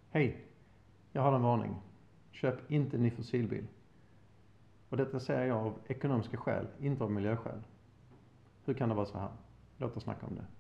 Hej, jag har en varning. Köp inte en ny fossilbil. Och detta säger jag av ekonomiska skäl, inte av miljöskäl. Hur kan det vara så här? Låt oss snacka om det.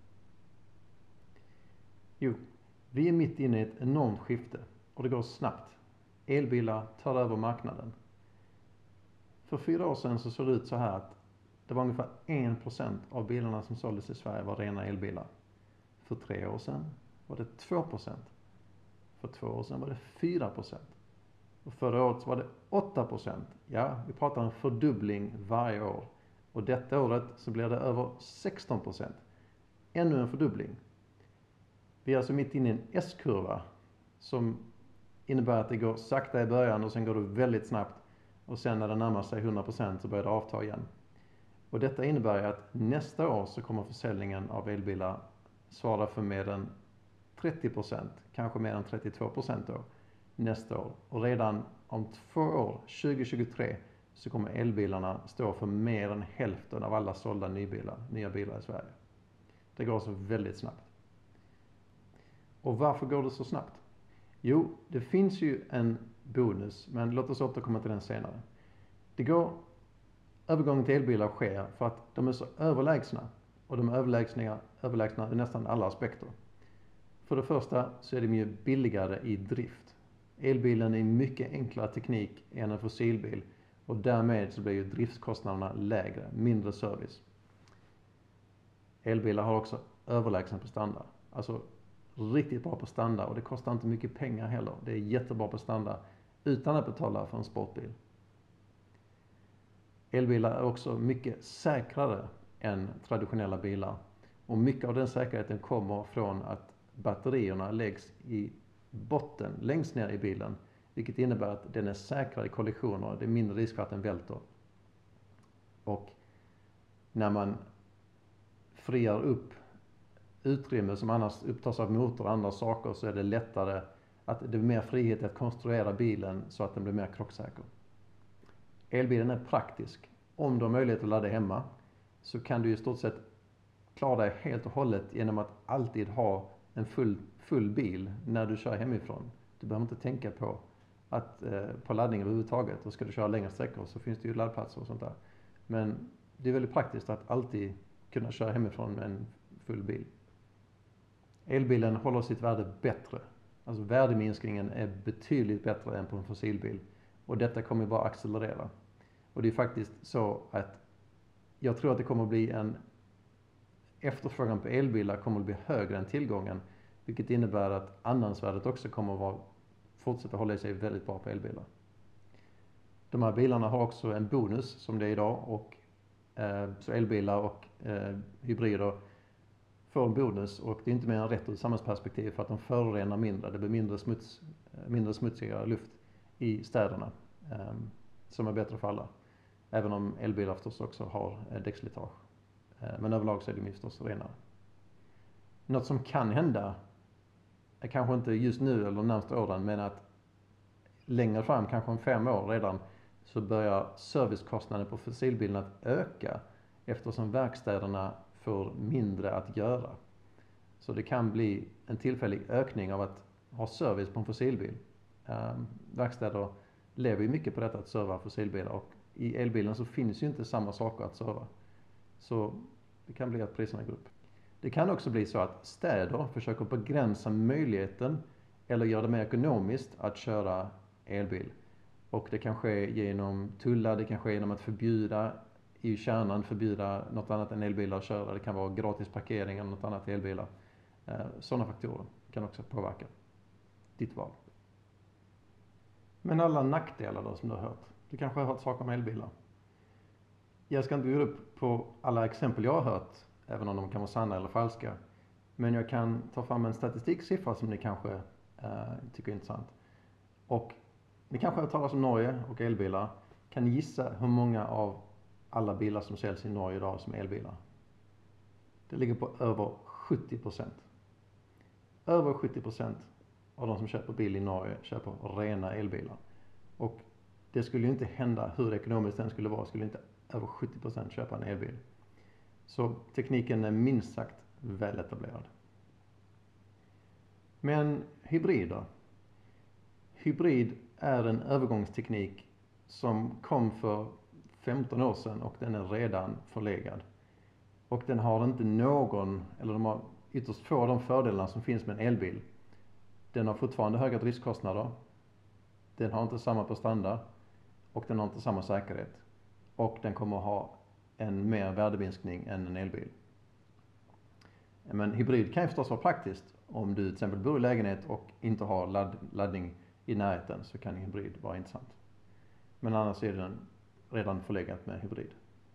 Jo, vi är mitt inne i ett enormt skifte och det går snabbt. Elbilar tar över marknaden. För 4 år sedan så såg det ut så här att det var ungefär 1% av bilarna som såldes i Sverige var rena elbilar. För 3 år sedan var det 2%. För 2 år sedan var det 4%. Och förra året var det 8%. Ja, vi pratar en fördubbling varje år. Och detta året så blir det över 16%. Ännu en fördubbling. Vi är alltså mitt inne i en S-kurva som innebär att det går sakta i början och sen går det väldigt snabbt. Och sen när det närmar sig 100% så börjar det avta igen. Och detta innebär att nästa år så kommer försäljningen av elbilar svara för mer än 30%, kanske mer än 32% då, nästa år. Och redan om 2 år, 2023, så kommer elbilarna stå för mer än hälften av alla sålda nya bilar i Sverige. Det går så väldigt snabbt. Och varför går det så snabbt? Jo, det finns ju en bonus, men låt oss återkomma till den senare. Övergången till elbilar sker för att de är så överlägsna. Och de är överlägsna i nästan alla aspekter. För det första så är de ju billigare i drift. Elbilen är mycket enklare teknik än en fossilbil. Och därmed så blir ju driftskostnaderna lägre, mindre service. Elbilar har också överlägsen på standard. Alltså riktigt bra på standard och det kostar inte mycket pengar heller. Det är jättebra på standard utan att betala för en sportbil. Elbilar är också mycket säkrare än traditionella bilar. Och mycket av den säkerheten kommer från att batterierna läggs i botten, längst ner i bilen. Vilket innebär att den är säkrare i kollisioner. Det är mindre risk för att den välter. Och när man friar upp utrymme som annars upptas av motor och andra saker så är det lättare att det blir mer frihet att konstruera bilen så att den blir mer krocksäker. Elbilen är praktisk. Om du har möjlighet att ladda hemma så kan du i stort sett klara dig helt och hållet genom att alltid ha en full bil när du kör hemifrån. Du behöver inte tänka på laddning överhuvudtaget. Och ska du köra längre sträckor så finns det ju laddplatser och sånt där. Men det är väldigt praktiskt att alltid kunna köra hemifrån med en full bil. Elbilen håller sitt värde bättre. Alltså värdeminskningen är betydligt bättre än på en fossilbil. Och detta kommer bara accelerera. Och det är faktiskt så att jag tror att det kommer att bli efterfrågan på elbilar kommer att bli högre än tillgången. Vilket innebär att andrahandsvärdet också kommer att fortsätta hålla sig väldigt bra på elbilar. De här bilarna har också en bonus som det är idag. Och så elbilar och hybrider får en bonus. Och det är inte mer än rätt ur samhällsperspektiv för att de förorenar mindre. Det blir mindre smutsigare luft i städerna. Som är bättre för alla. Även om elbilar förstås också har däckslitage. Men överlag så är de förstås renare. Något som kan hända är kanske inte just nu eller de närmaste åren, men att längre fram, kanske om 5 år redan, så börjar servicekostnaden på fossilbilarna att öka eftersom verkstäderna får mindre att göra. Så det kan bli en tillfällig ökning av att ha service på en fossilbil. Verkstäder lever ju mycket på detta att serva fossilbilar och i elbilen så finns ju inte samma saker att serva. Så det kan bli att priserna går upp. Det kan också bli så att städer försöker begränsa möjligheten eller göra det mer ekonomiskt att köra elbil. Och det kan ske genom tullar, det kan ske genom att förbjuda något annat än elbilar att köra. Det kan vara gratis parkering eller något annat elbilar. Sådana faktorer kan också påverka ditt val. Men alla nackdelar då som du har hört. Du kanske har hört saker om elbilar. Jag ska inte gå upp på alla exempel jag har hört, även om de kan vara sanna eller falska. Men jag kan ta fram en statistiksiffra som ni kanske tycker är intressant. Och ni kanske har hört talas om Norge och elbilar. Kan ni gissa hur många av alla bilar som säljs i Norge idag som är elbilar? Det ligger på över 70%. Över 70% av de som köper bil i Norge köper rena elbilar. Och det skulle ju inte hända hur ekonomiskt den skulle vara. Skulle inte över 70% köpa en elbil. Så tekniken är minst sagt väl etablerad. Men hybrider. hybrid är en övergångsteknik som kom för 15 år sedan och den är redan förlegad. Och den har inte någon, eller de har ytterst få av de fördelarna som finns med en elbil. Den har fortfarande höga driftskostnader. Den har inte samma prestanda och den har inte samma säkerhet. Och den kommer att ha en mer värdeminskning än en elbil. Men hybrid kan ju förstås vara praktiskt. Om du till exempel bor i lägenhet och inte har laddning i närheten, så kan hybrid vara intressant. Men annars är den redan förlegat med hybrid.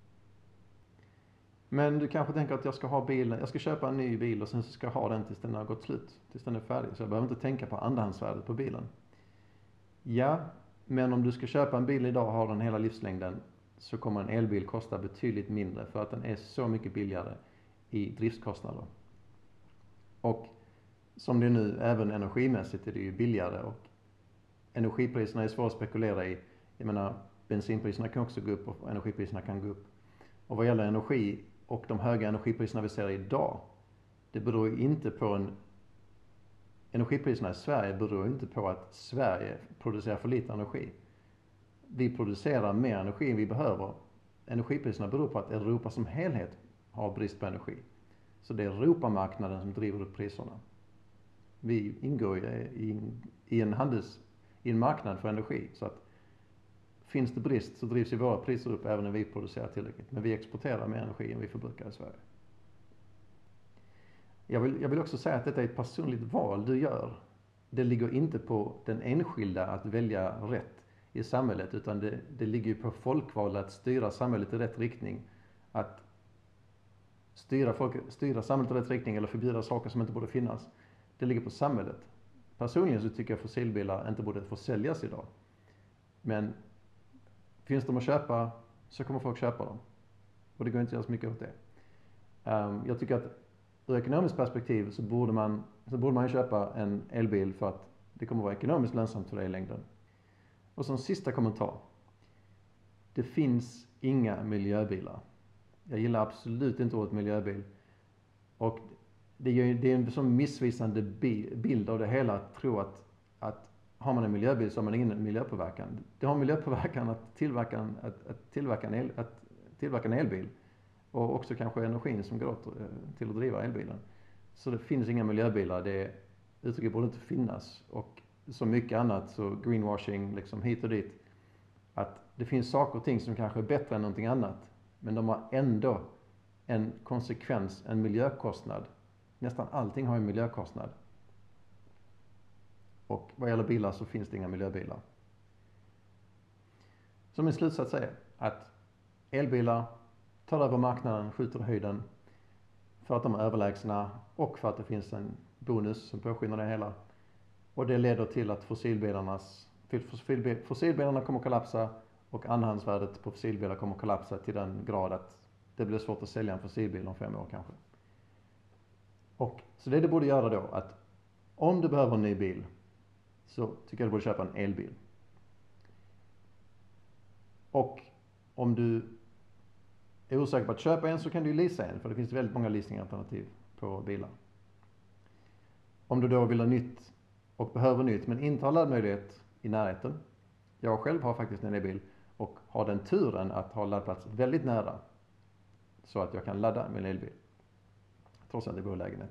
Men du kanske tänker att jag ska köpa en ny bil och sen så ska jag ha den tills den har gått slut, tills den är färdig. Så jag behöver inte tänka på andrahandsvärdet på bilen. Ja, men om du ska köpa en bil idag och ha den hela livslängden, så kommer en elbil kosta betydligt mindre för att den är så mycket billigare i driftskostnader. Och som det är nu, även energimässigt är det ju billigare, och energipriserna är svåra att spekulera i. Jag menar, bensinpriserna kan också gå upp och energipriserna kan gå upp. Och vad gäller energi och de höga energipriserna vi ser idag, det beror ju inte på energipriserna i Sverige beror inte på att Sverige producerar för lite energi. Vi producerar mer energi än vi behöver. Energipriserna beror på att Europa som helhet har brist på energi. Så det är Europamarknaden som driver upp priserna. Vi ingår i en marknad för energi. Så att finns det brist så drivs ju våra priser upp även när vi producerar tillräckligt. Men vi exporterar mer energi än vi förbrukar i Sverige. Jag vill också säga att detta är ett personligt val du gör. Det ligger inte på den enskilda att välja rätt i samhället, utan det ligger ju på folkval att styra samhället i rätt riktning. Att styra samhället i rätt riktning eller förbjuda saker som inte borde finnas. Det ligger på samhället. Personligen så tycker jag fossilbilar inte borde få säljas idag. Men finns de att köpa så kommer folk köpa dem. Och det går inte att göra så mycket åt det. Jag tycker att ur ekonomiskt perspektiv så borde man köpa en elbil för att det kommer att vara ekonomiskt lönsamt för dig i längden. Och som sista kommentar. Det finns inga miljöbilar. Jag gillar absolut inte ordet miljöbil. Och det är en sån missvisande bild av det hela att tro att har man en miljöbil så har man ingen miljöpåverkan. Det har miljöpåverkan att tillverka en elbil. Och också kanske energin som går åt till att driva elbilen. Så det finns inga miljöbilar. Det uttrycket borde inte finnas. Och så mycket annat, så greenwashing liksom hit och dit. Att det finns saker och ting som kanske är bättre än någonting annat. Men de har ändå en konsekvens, en miljökostnad. Nästan allting har en miljökostnad. Och vad gäller bilar så finns det inga miljöbilar. Så min slutsats är att elbilar tar över marknaden, skjuter höjden för att de är överlägsna och för att det finns en bonus som påskyndar det hela. Och det leder till att fossilbilarna kommer att kollapsa och andrahandsvärdet på fossilbilar kommer att kollapsa till den grad att det blir svårt att sälja en fossilbil om 5 år kanske. Och så det borde göra då att om du behöver en ny bil så tycker jag du borde köpa en elbil. Och om du är osäker på att köpa en så kan du leasa en, för det finns väldigt många leasingalternativ på bilar. Om du då vill ha nytt och behöver nytt men inte har laddmöjlighet i närheten. Jag själv har faktiskt en elbil och har den turen att ha laddplats väldigt nära så att jag kan ladda min elbil trots att jag bor i lägenhet.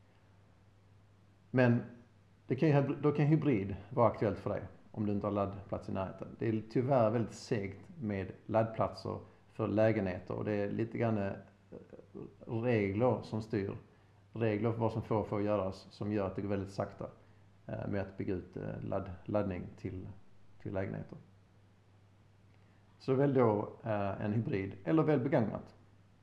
Men då kan hybrid vara aktuellt för dig om du inte har laddplats i närheten. Det är tyvärr väldigt segt med laddplatser för lägenheter och det är lite grann regler som styr. Regler för vad som får göras som gör att det går väldigt sakta med att bygga ut laddning till lägenheter. Så välj då en hybrid eller välj begagnat.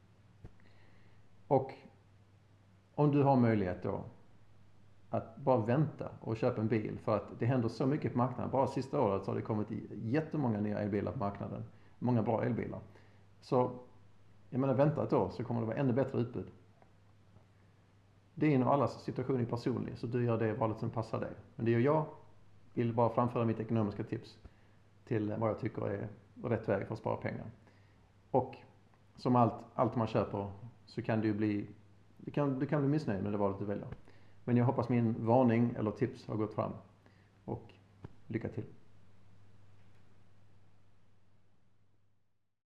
Och om du har möjlighet då att bara vänta och köpa en bil, för att det händer så mycket på marknaden. Bara sista året så har det kommit jättemånga nya elbilar på marknaden. Många bra elbilar. Så jag menar, vänta ett år så kommer det vara ännu bättre utbud. Det är nog allas situation är personlig, så du gör det valet som passar dig. Men det gör jag. Vill bara framföra mitt ekonomiska tips till vad jag tycker är rätt väg för att spara pengar. Och som allt man köper så kan du bli missnöjd med det valet du väljer. Men jag hoppas min varning eller tips har gått fram. Och Lycka till!